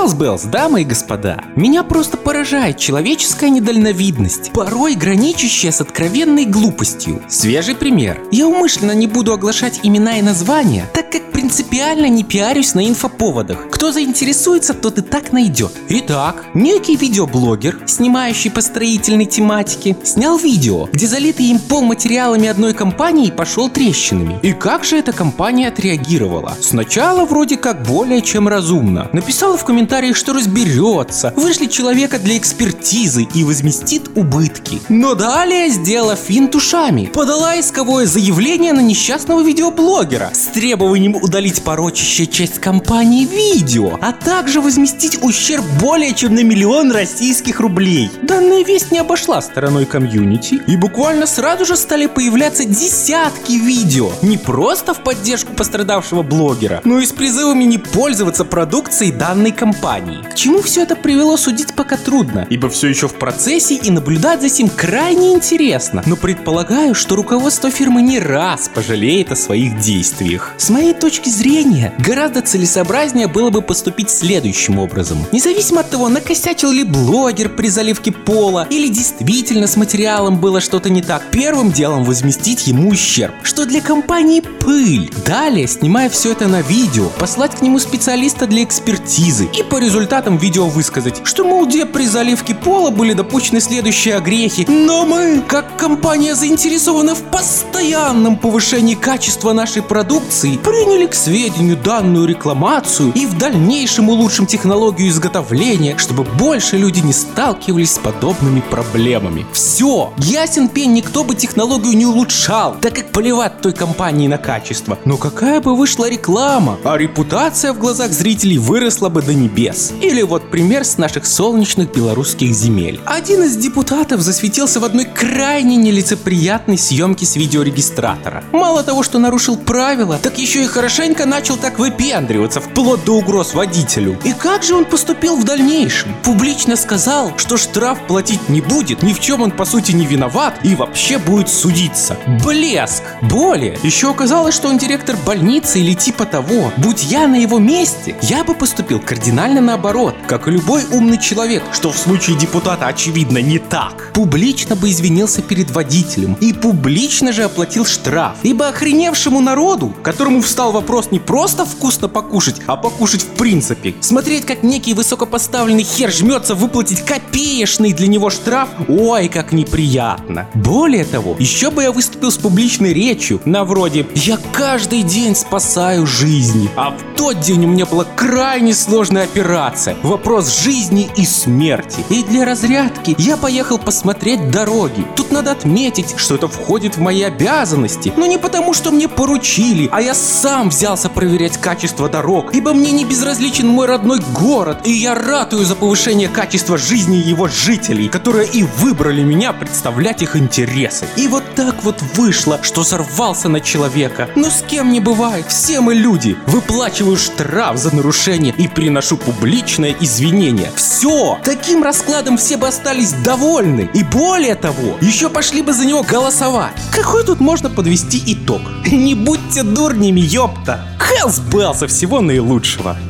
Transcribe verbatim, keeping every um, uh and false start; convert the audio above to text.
Hells Bells, дамы и господа, меня просто поражает человеческая недальновидность, порой граничащая с откровенной глупостью. Свежий пример. Я умышленно не буду оглашать имена и названия, так как принципиально не пиарюсь на инфоповодах. Кто заинтересуется, тот и так найдет. Итак, некий видеоблогер, снимающий по строительной тематике, снял видео, где залитый им пол материалами одной компании пошел трещинами. И как же эта компания отреагировала? Сначала вроде как более чем разумно. Написала в комментариях, что разберется, вышлет человека для экспертизы и возместит убытки. Но далее сделала финт ушами. Подала исковое заявление на несчастного видеоблогера с требованием удалить порочащую часть компании видео, а также возместить ущерб более чем на миллион российских рублей. Данная весть не обошла стороной комьюнити, и буквально сразу же стали появляться десятки видео, не просто в поддержку пострадавшего блогера, но и с призывами не пользоваться продукцией данной компании. К чему все это привело, судить пока трудно, ибо все еще в процессе и наблюдать за этим крайне интересно, но предполагаю, что руководство фирмы не раз пожалеет о своих действиях. С моей точки зрения, гораздо целесообразнее было бы поступить следующим образом. Независимо от того, накосячил ли блогер при заливке пола или действительно с материалом было что-то не так, первым делом возместить ему ущерб, что для компании пыль. Далее, снимая все это на видео, послать к нему специалиста для экспертизы и по результатам видео высказать, что, мол, где при заливке пола были допущены следующие огрехи, но мы, как компания, заинтересованы в постоянном повышении качества нашей продукции, приняли к сведению данную рекламацию и в дальнейшем улучшим технологию изготовления, чтобы больше люди не сталкивались с подобными проблемами. Все, ясен пень, никто бы технологию не улучшал, так как поливать той компании на качество. Но какая бы вышла реклама, а репутация в глазах зрителей выросла бы до небес. Или вот пример с наших солнечных белорусских земель. Один из депутатов засветился в одной крайне нелицеприятной съемке с видеорегистратора. Мало того, что нарушил правила, так еще и хорошенько начал так выпендриваться, вплоть до угроз водителю. И как же он поступил в дальнейшем? Публично сказал, что штраф платить не будет, ни в чем он по сути не виноват и вообще будет судиться. Блеск! Более, еще оказалось, что он директор больницы или типа того. Будь я на его месте, я бы поступил кардинально наоборот, как и любой умный человек, что в случае депутата очевидно не так. Публично бы извинился перед водителем и публично же оплатил штраф, ибо охреневшему народу, которому встал вопрос не просто вкусно покушать, а покушать в принципе, смотреть, как некий высокопоставленный хер жмется выплатить копеечный для него штраф, ой, как неприятно. Более того, еще бы я выступил с публичной речью на вроде «Я каждый день спасаю жизни, а в тот день у меня была крайне сложная операция, вопрос жизни и смерти, и для разрядки я поехал посмотреть дороги. Тут надо отметить, что это входит в мои обязанности, но не потому, что мне поручили, а я сам взялся проверять качество дорог, ибо мне не безразличен мой родной город, и я ратую за повышение качества жизни его жителей, которые и выбрали меня представлять их интересы. И вот так вот вышло, что сорвался на человека. Но с кем не бывает, все мы люди. Выплачиваю штраф за нарушение и приношу публичное извинение. Все! Таким раскладом все бы остались довольны. И более того, еще пошли бы за него голосовать. Какой тут можно подвести итог? Не будьте дурнями, ёпта! Hells Bells, всего наилучшего!